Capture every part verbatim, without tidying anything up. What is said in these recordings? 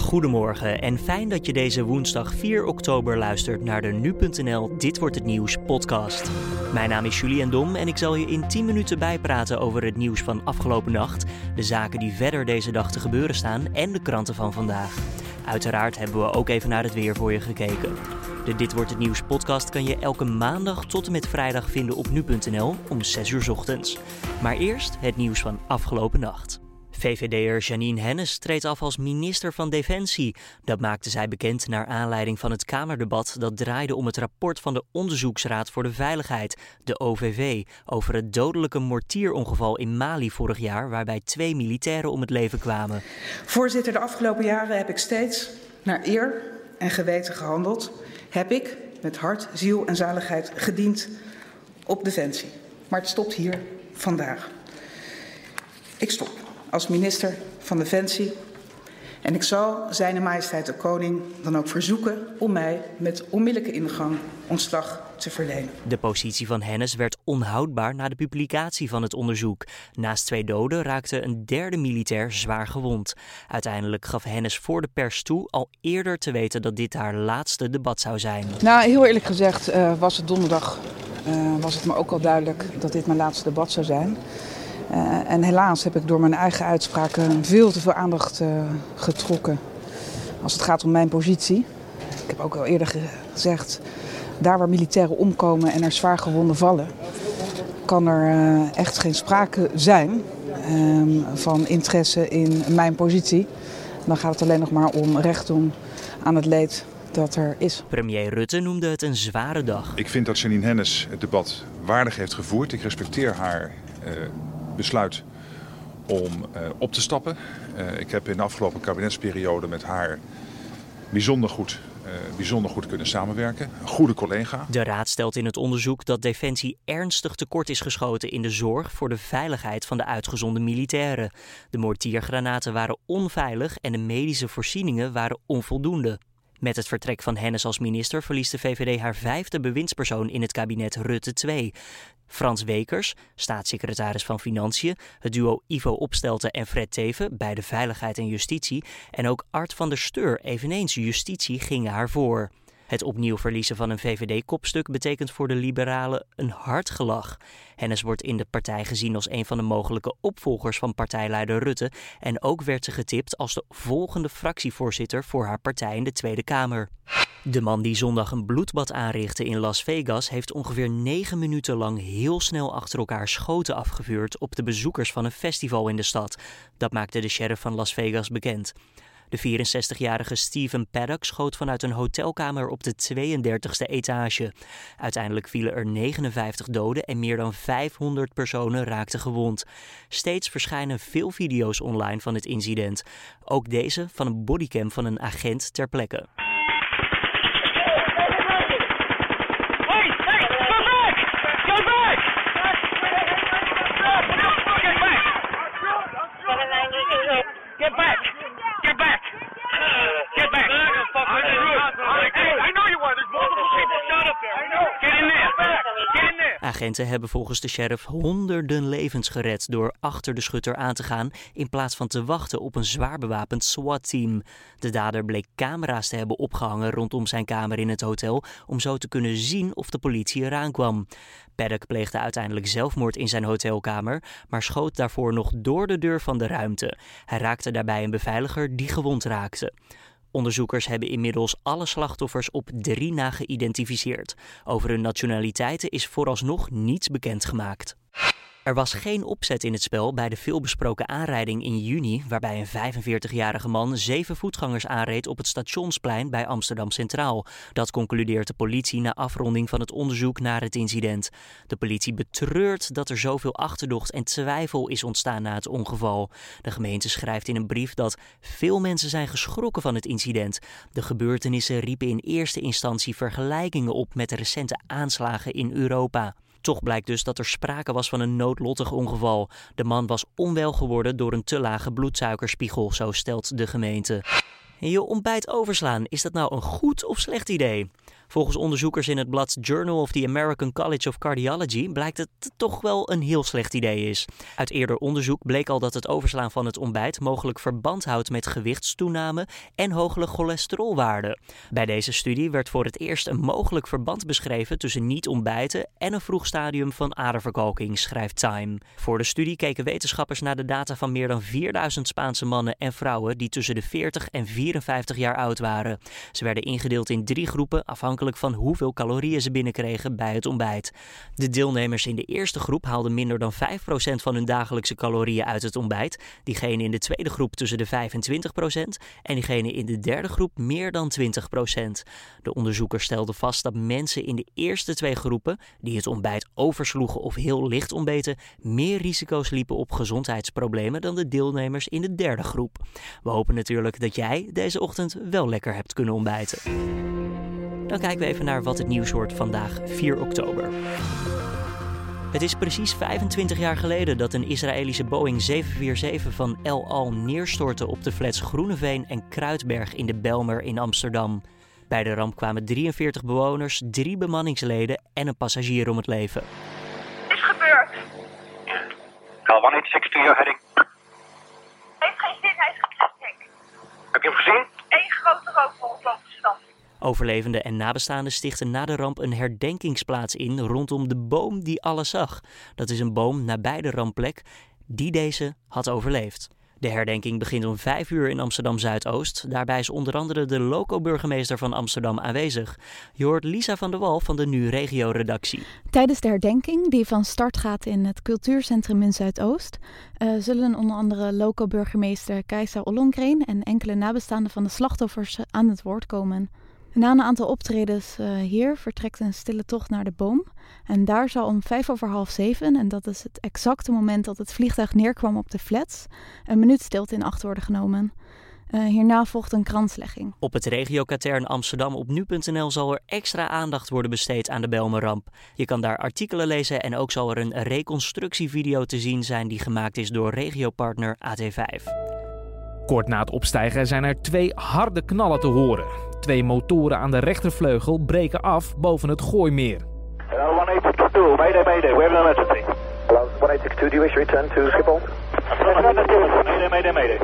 Goedemorgen en fijn dat je deze woensdag vier oktober luistert naar de nu punt n l Dit Wordt Het Nieuws podcast. Mijn naam is Julian Dom en ik zal je in tien minuten bijpraten over het nieuws van afgelopen nacht, de zaken die verder deze dag te gebeuren staan en de kranten van vandaag. Uiteraard hebben we ook even naar het weer voor je gekeken. De Dit Wordt Het Nieuws podcast kan je elke maandag tot en met vrijdag vinden op nu punt n l om zes uur 's ochtends. Maar eerst het nieuws van afgelopen nacht. V V D'er Jeanine Hennis treedt af als minister van Defensie. Dat maakte zij bekend naar aanleiding van het Kamerdebat dat draaide om het rapport van de Onderzoeksraad voor de Veiligheid, de O V V, over het dodelijke mortierongeval in Mali vorig jaar, waarbij twee militairen om het leven kwamen. Voorzitter, de afgelopen jaren heb ik steeds naar eer en geweten gehandeld. Heb ik met hart, ziel en zaligheid gediend op Defensie. Maar het stopt hier vandaag. Ik stop als minister van Defensie en ik zal Zijne Majesteit de Koning dan ook verzoeken om mij met onmiddellijke ingang ontslag te verlenen. De positie van Hennis werd onhoudbaar na de publicatie van het onderzoek. Naast twee doden raakte een derde militair zwaar gewond. Uiteindelijk gaf Hennis voor de pers toe al eerder te weten dat dit haar laatste debat zou zijn. Nou, heel eerlijk gezegd uh, was het donderdag uh, was het me ook al duidelijk dat dit mijn laatste debat zou zijn. Uh, en helaas heb ik door mijn eigen uitspraken veel te veel aandacht uh, getrokken als het gaat om mijn positie. Ik heb ook al eerder ge- gezegd, daar waar militairen omkomen en er zwaar gewonden vallen, kan er uh, echt geen sprake zijn uh, van interesse in mijn positie. Dan gaat het alleen nog maar om recht doen aan het leed dat er is. Premier Rutte noemde het een zware dag. Ik vind dat Jeanine Hennis het debat waardig heeft gevoerd. Ik respecteer haar uh, besluit om uh, op te stappen. Uh, ik heb in de afgelopen kabinetsperiode met haar bijzonder goed, uh, bijzonder goed kunnen samenwerken. Een goede collega. De Raad stelt in het onderzoek dat Defensie ernstig tekort is geschoten in de zorg voor de veiligheid van de uitgezonden militairen. De mortiergranaten waren onveilig en de medische voorzieningen waren onvoldoende. Met het vertrek van Hennis als minister verliest de V V D haar vijfde bewindspersoon in het kabinet Rutte twee. Frans Wekers, staatssecretaris van Financiën, het duo Ivo Opstelten en Fred Teeven, beide Veiligheid en Justitie, en ook Art van der Steur, eveneens Justitie, gingen haar voor. Het opnieuw verliezen van een V V D-kopstuk betekent voor de liberalen een hard gelach. Hennis wordt in de partij gezien als een van de mogelijke opvolgers van partijleider Rutte en ook werd ze getipt als de volgende fractievoorzitter voor haar partij in de Tweede Kamer. De man die zondag een bloedbad aanrichtte in Las Vegas heeft ongeveer negen minuten lang heel snel achter elkaar schoten afgevuurd op de bezoekers van een festival in de stad. Dat maakte de sheriff van Las Vegas bekend. De vierenzestigjarige Stephen Paddock schoot vanuit een hotelkamer op de tweeëndertigste etage. Uiteindelijk vielen er negenenvijftig doden en meer dan vijfhonderd personen raakten gewond. Steeds verschijnen veel video's online van het incident. Ook deze van een bodycam van een agent ter plekke. Get back! Get back! Get back! Hey, I know you are. There's multiple people shot up there. I know. Get in there. Get in there. Agenten hebben volgens de sheriff honderden levens gered door achter de schutter aan te gaan in plaats van te wachten op een zwaar bewapend SWAT-team. De dader bleek camera's te hebben opgehangen rondom zijn kamer in het hotel om zo te kunnen zien of de politie eraan kwam. Paddock pleegde uiteindelijk zelfmoord in zijn hotelkamer, maar schoot daarvoor nog door de deur van de ruimte. Hij raakte daarbij een beveiliger die gewond raakte. Onderzoekers hebben inmiddels alle slachtoffers op drie na geïdentificeerd. Over hun nationaliteiten is vooralsnog niets bekendgemaakt. Er was geen opzet in het spel bij de veelbesproken aanrijding in juni, waarbij een vijfenveertigjarige man zeven voetgangers aanreed op het Stationsplein bij Amsterdam Centraal. Dat concludeert de politie na afronding van het onderzoek naar het incident. De politie betreurt dat er zoveel achterdocht en twijfel is ontstaan na het ongeval. De gemeente schrijft in een brief dat veel mensen zijn geschrokken van het incident. De gebeurtenissen riepen in eerste instantie vergelijkingen op met de recente aanslagen in Europa. Toch blijkt dus dat er sprake was van een noodlottig ongeval. De man was onwel geworden door een te lage bloedsuikerspiegel, zo stelt de gemeente. Je ontbijt overslaan, is dat nou een goed of slecht idee? Volgens onderzoekers in het blad Journal of the American College of Cardiology blijkt het toch wel een heel slecht idee is. Uit eerder onderzoek bleek al dat het overslaan van het ontbijt mogelijk verband houdt met gewichtstoename en hogere cholesterolwaarden. Bij deze studie werd voor het eerst een mogelijk verband beschreven tussen niet ontbijten en een vroeg stadium van aderverkalking, schrijft Time. Voor de studie keken wetenschappers naar de data van meer dan vierduizend Spaanse mannen en vrouwen die tussen de veertig en vierenvijftig jaar oud waren. Ze werden ingedeeld in drie groepen afhankelijk van hoeveel calorieën ze binnenkregen bij het ontbijt. De deelnemers in de eerste groep haalden minder dan vijf procent van hun dagelijkse calorieën uit het ontbijt. Diegenen in de tweede groep tussen de vijf en twintig procent en diegenen in de derde groep meer dan twintig procent. De onderzoekers stelden vast dat mensen in de eerste twee groepen, die het ontbijt oversloegen of heel licht ontbeten, meer risico's liepen op gezondheidsproblemen dan de deelnemers in de derde groep. We hopen natuurlijk dat jij deze ochtend wel lekker hebt kunnen ontbijten. Dan kijken we even naar wat het nieuws wordt vandaag vier oktober. Het is precies vijfentwintig jaar geleden dat een Israëlische Boeing zeven vier zeven van El Al neerstortte op de flats Groeneveen en Kruidberg in de Bijlmer in Amsterdam. Bij de ramp kwamen drieënveertig bewoners, drie bemanningsleden en een passagier om het leven. Is gebeurd. Cal one eight six to your heading. Heeft geen zin, hij is gek. Heb je hem gezien? Eén grote rookbol op de stad. Overlevenden en nabestaanden stichten na de ramp een herdenkingsplaats in rondom de boom die alles zag. Dat is een boom nabij de rampplek die deze had overleefd. De herdenking begint om vijf uur in Amsterdam-Zuidoost. Daarbij is onder andere de loco-burgemeester van Amsterdam aanwezig. Je hoort Lisa van der Wal van de Nu Regio-redactie. Tijdens de herdenking, die van start gaat in het cultuurcentrum in Zuidoost, uh, zullen onder andere loco-burgemeester Kajsa Ollongren en enkele nabestaanden van de slachtoffers aan het woord komen. Na een aantal optredens uh, hier vertrekt een stille tocht naar de boom. En daar zal om vijf over half zeven, en dat is het exacte moment dat het vliegtuig neerkwam op de flats, een minuut stilte in acht worden genomen. Uh, hierna volgt een kranslegging. Op het regiokatern Amsterdam op nu punt n l zal er extra aandacht worden besteed aan de Bijlmerramp. Je kan daar artikelen lezen en ook zal er een reconstructievideo te zien zijn die gemaakt is door regiopartner A T vijf. Kort na het opstijgen zijn er twee harde knallen te horen. Twee motoren aan de rechtervleugel breken af boven het Gooimeer. one eight six two, mayday, mayday, we have an emergency. Hello, one eight six two, do you wish to return to Schiphol? Mayday, mayday, mayday.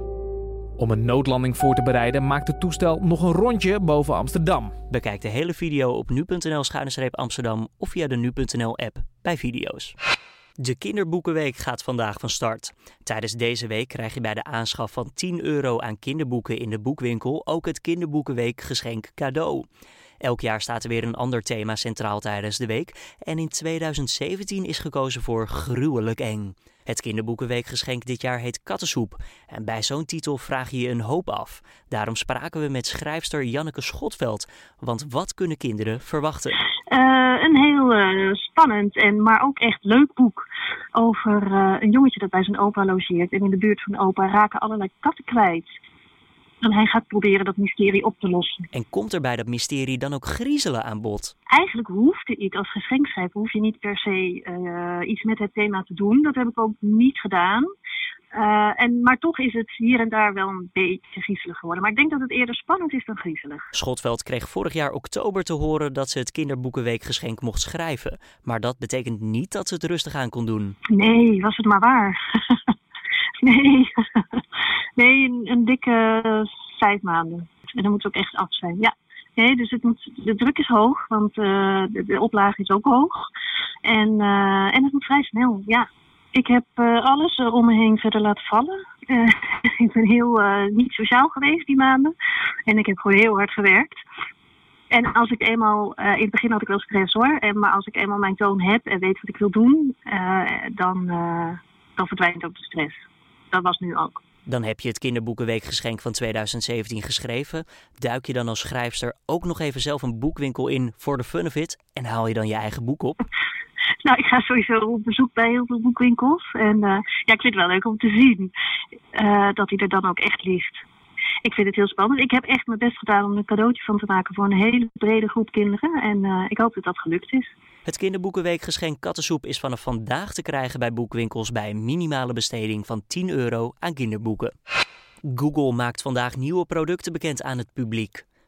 Om een noodlanding voor te bereiden maakt het toestel nog een rondje boven Amsterdam. Bekijk de hele video op nu punt n l schuine streep Amsterdam of via de nu punt n l app bij video's. De kinderboekenweek gaat vandaag van start. Tijdens deze week krijg je bij de aanschaf van tien euro aan kinderboeken in de boekwinkel ook het kinderboekenweekgeschenk cadeau. Elk jaar staat er weer een ander thema centraal tijdens de week en in tweeduizend zeventien is gekozen voor gruwelijk eng. Het kinderboekenweekgeschenk dit jaar heet Kattensoep en bij zo'n titel vraag je je een hoop af. Daarom spraken we met schrijfster Janneke Schotveld, want wat kunnen kinderen verwachten? Uh, een heel uh, spannend en maar ook echt leuk boek over uh, een jongetje dat bij zijn opa logeert en in de buurt van opa raken allerlei katten kwijt. En hij gaat proberen dat mysterie op te lossen. En komt er bij dat mysterie dan ook griezelen aan bod? Eigenlijk hoefde ik als geschenkschrijver, hoef je niet per se uh, iets met het thema te doen. Dat heb ik ook niet gedaan. Uh, en, maar toch is het hier en daar wel een beetje griezelig geworden. Maar ik denk dat het eerder spannend is dan griezelig. Schotveld kreeg vorig jaar oktober te horen dat ze het kinderboekenweekgeschenk mocht schrijven. Maar dat betekent niet dat ze het rustig aan kon doen. Nee, was het maar waar. nee, nee een, een dikke uh, vijf maanden. En dan moet het ook echt af zijn, ja. Nee, dus het moet, de druk is hoog, want uh, de, de oplage is ook hoog. En, uh, en het moet vrij snel, ja. Ik heb uh, alles uh, om me heen verder laten vallen. Uh, ik ben heel uh, niet sociaal geweest die maanden. En ik heb gewoon heel hard gewerkt. En als ik eenmaal, uh, in het begin had ik wel stress hoor. En, maar als ik eenmaal mijn toon heb en weet wat ik wil doen, uh, dan, uh, dan verdwijnt ook de stress. Dat was nu ook. Dan heb je het kinderboekenweekgeschenk van tweeduizend zeventien geschreven. Duik je dan als schrijfster ook nog even zelf een boekwinkel in voor de fun of it en haal je dan je eigen boek op? Nou, ik ga sowieso op bezoek bij heel veel boekwinkels. En uh, ja, ik vind het wel leuk om te zien uh, dat hij er dan ook echt liest. Ik vind het heel spannend. Ik heb echt mijn best gedaan om er een cadeautje van te maken voor een hele brede groep kinderen. En uh, ik hoop dat dat gelukt is. Het kinderboekenweekgeschenk Kattensoep is vanaf vandaag te krijgen bij boekwinkels bij een minimale besteding van tien euro aan kinderboeken. Google maakt vandaag nieuwe producten bekend aan het publiek.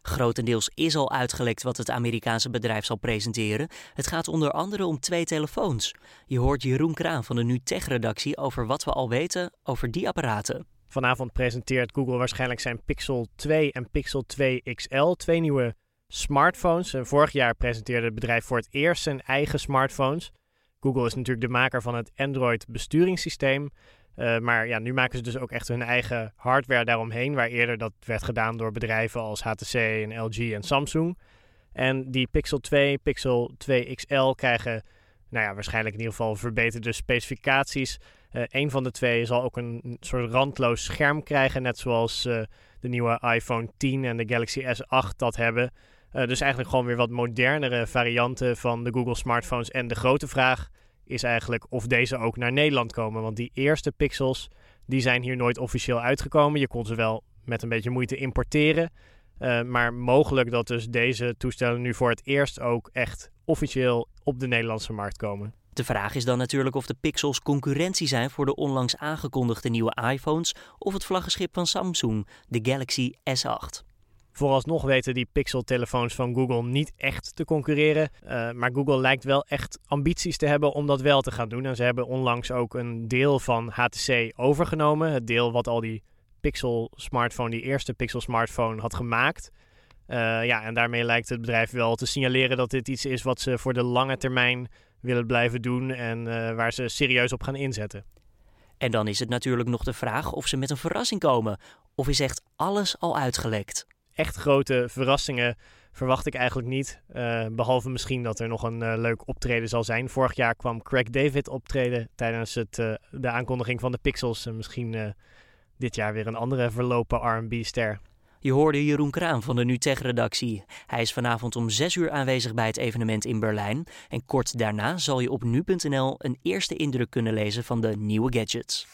Grotendeels is al uitgelekt wat het Amerikaanse bedrijf zal presenteren. Het gaat onder andere om twee telefoons. Je hoort Jeroen Kraan van de NuTech-redactie over wat we al weten over die apparaten. Vanavond presenteert Google waarschijnlijk zijn Pixel twee en Pixel twee X L, twee nieuwe smartphones. Vorig jaar presenteerde het bedrijf voor het eerst zijn eigen smartphones. Google is natuurlijk de maker van het Android besturingssysteem. Uh, maar ja, nu maken ze dus ook echt hun eigen hardware daaromheen, waar eerder dat werd gedaan door bedrijven als H T C en L G en Samsung. En die Pixel twee, Pixel twee X L krijgen nou ja, waarschijnlijk in ieder geval verbeterde specificaties. Uh, een van de twee zal ook een soort randloos scherm krijgen, net zoals uh, de nieuwe iPhone tien en de Galaxy S acht dat hebben. Uh, dus eigenlijk gewoon weer wat modernere varianten van de Google smartphones. En de grote vraag is eigenlijk of deze ook naar Nederland komen. Want die eerste Pixels, die zijn hier nooit officieel uitgekomen. Je kon ze wel met een beetje moeite importeren. Uh, maar mogelijk dat dus deze toestellen nu voor het eerst ook echt officieel op de Nederlandse markt komen. De vraag is dan natuurlijk of de Pixels concurrentie zijn voor de onlangs aangekondigde nieuwe iPhones of het vlaggenschip van Samsung, de Galaxy S acht. Vooralsnog weten die Pixel-telefoons van Google niet echt te concurreren. Uh, maar Google lijkt wel echt ambities te hebben om dat wel te gaan doen. En ze hebben onlangs ook een deel van H T C overgenomen. Het deel wat al die Pixel-smartphone, die eerste Pixel-smartphone had gemaakt. Uh, ja, en daarmee lijkt het bedrijf wel te signaleren dat dit iets is wat ze voor de lange termijn willen blijven doen en uh, waar ze serieus op gaan inzetten. En dan is het natuurlijk nog de vraag of ze met een verrassing komen. Of is echt alles al uitgelekt? Echt grote verrassingen verwacht ik eigenlijk niet. Uh, behalve misschien dat er nog een uh, leuk optreden zal zijn. Vorig jaar kwam Craig David optreden tijdens het, uh, de aankondiging van de Pixels. Uh, misschien uh, dit jaar weer een andere verlopen R en B-ster. Je hoorde Jeroen Kraan van de NuTech-redactie. Hij is vanavond om zes uur aanwezig bij het evenement in Berlijn. En kort daarna zal je op nu punt n l een eerste indruk kunnen lezen van de nieuwe gadgets.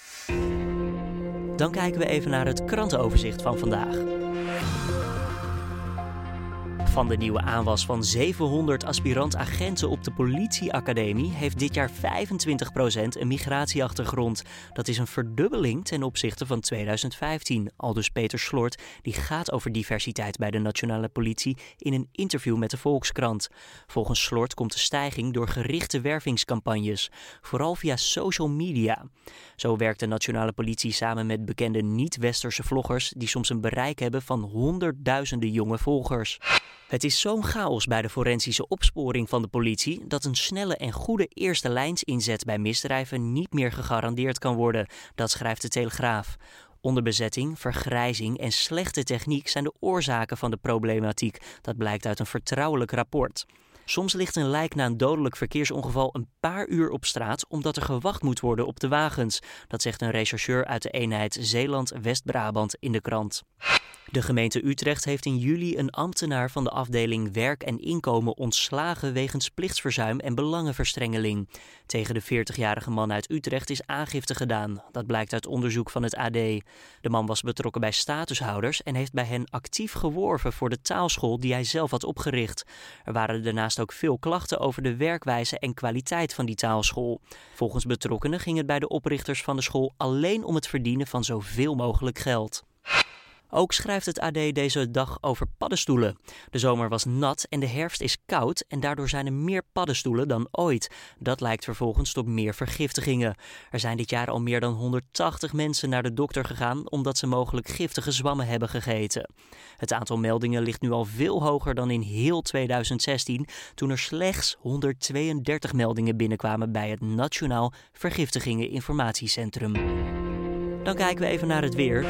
Dan kijken we even naar het krantenoverzicht van vandaag. Van de nieuwe aanwas van zevenhonderd aspirant-agenten op de politieacademie heeft dit jaar vijfentwintig procent een migratieachtergrond. Dat is een verdubbeling ten opzichte van tweeduizend vijftien, aldus Peter Slort, die gaat over diversiteit bij de nationale politie in een interview met de Volkskrant. Volgens Slort komt de stijging door gerichte wervingscampagnes, vooral via social media. Zo werkt de nationale politie samen met bekende niet-westerse vloggers die soms een bereik hebben van honderdduizenden jonge volgers. Het is zo'n chaos bij de forensische opsporing van de politie dat een snelle en goede eerste lijnsinzet bij misdrijven niet meer gegarandeerd kan worden. Dat schrijft de Telegraaf. Onderbezetting, vergrijzing en slechte techniek zijn de oorzaken van de problematiek. Dat blijkt uit een vertrouwelijk rapport. Soms ligt een lijk na een dodelijk verkeersongeval een paar uur op straat omdat er gewacht moet worden op de wagens. Dat zegt een rechercheur uit de eenheid Zeeland-West-Brabant in de krant. De gemeente Utrecht heeft in juli een ambtenaar van de afdeling Werk en Inkomen ontslagen wegens plichtsverzuim en belangenverstrengeling. Tegen de veertigjarige man uit Utrecht is aangifte gedaan. Dat blijkt uit onderzoek van het A D. De man was betrokken bij statushouders en heeft bij hen actief geworven voor de taalschool die hij zelf had opgericht. Er waren daarnaast ook veel klachten over de werkwijze en kwaliteit van die taalschool. Volgens betrokkenen ging het bij de oprichters van de school alleen om het verdienen van zoveel mogelijk geld. Ook schrijft het A D deze dag over paddenstoelen. De zomer was nat en de herfst is koud en daardoor zijn er meer paddenstoelen dan ooit. Dat lijkt vervolgens tot meer vergiftigingen. Er zijn dit jaar al meer dan honderdtachtig mensen naar de dokter gegaan omdat ze mogelijk giftige zwammen hebben gegeten. Het aantal meldingen ligt nu al veel hoger dan in heel tweeduizend zestien, toen er slechts honderdtweeëndertig meldingen binnenkwamen bij het Nationaal Vergiftigingen Informatiecentrum. Dan kijken we even naar het weer.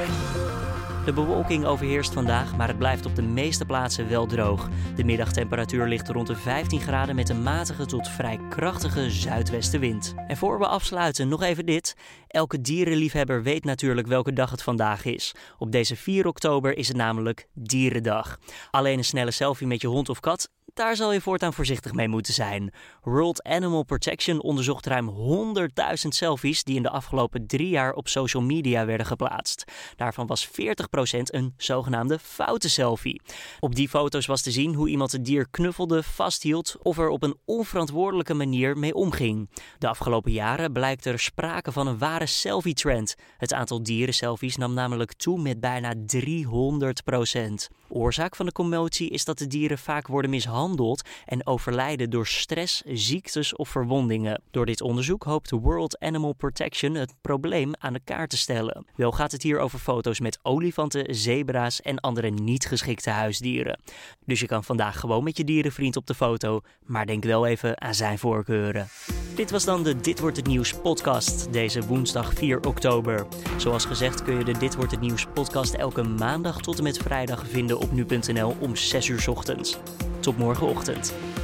De bewolking overheerst vandaag, maar het blijft op de meeste plaatsen wel droog. De middagtemperatuur ligt rond de vijftien graden met een matige tot vrij krachtige zuidwestenwind. En voor we afsluiten nog even dit. Elke dierenliefhebber weet natuurlijk welke dag het vandaag is. Op deze vier oktober is het namelijk Dierendag. Alleen een snelle selfie met je hond of kat, daar zal je voortaan voorzichtig mee moeten zijn. World Animal Protection onderzocht ruim honderdduizend selfies die in de afgelopen drie jaar op social media werden geplaatst. Daarvan was veertig procent een zogenaamde foute selfie. Op die foto's was te zien hoe iemand het dier knuffelde, vasthield of er op een onverantwoordelijke manier mee omging. De afgelopen jaren blijkt er sprake van een ware selfie-trend. Het aantal dierenselfies nam namelijk toe met bijna driehonderd procent. Oorzaak van de commotie is dat de dieren vaak worden mishandeld en overlijden door stress, ziektes of verwondingen. Door dit onderzoek hoopt World Animal Protection het probleem aan de kaart te stellen. Wel gaat het hier over foto's met olifanten, zebra's en andere niet geschikte huisdieren. Dus je kan vandaag gewoon met je dierenvriend op de foto, maar denk wel even aan zijn voorkeuren. Dit was dan de Dit Wordt Het Nieuws podcast, deze woensdag vier oktober. Zoals gezegd kun je de Dit Wordt Het Nieuws podcast elke maandag tot en met vrijdag vinden op nu punt n l om zes uur 's ochtends. Tot morgenochtend.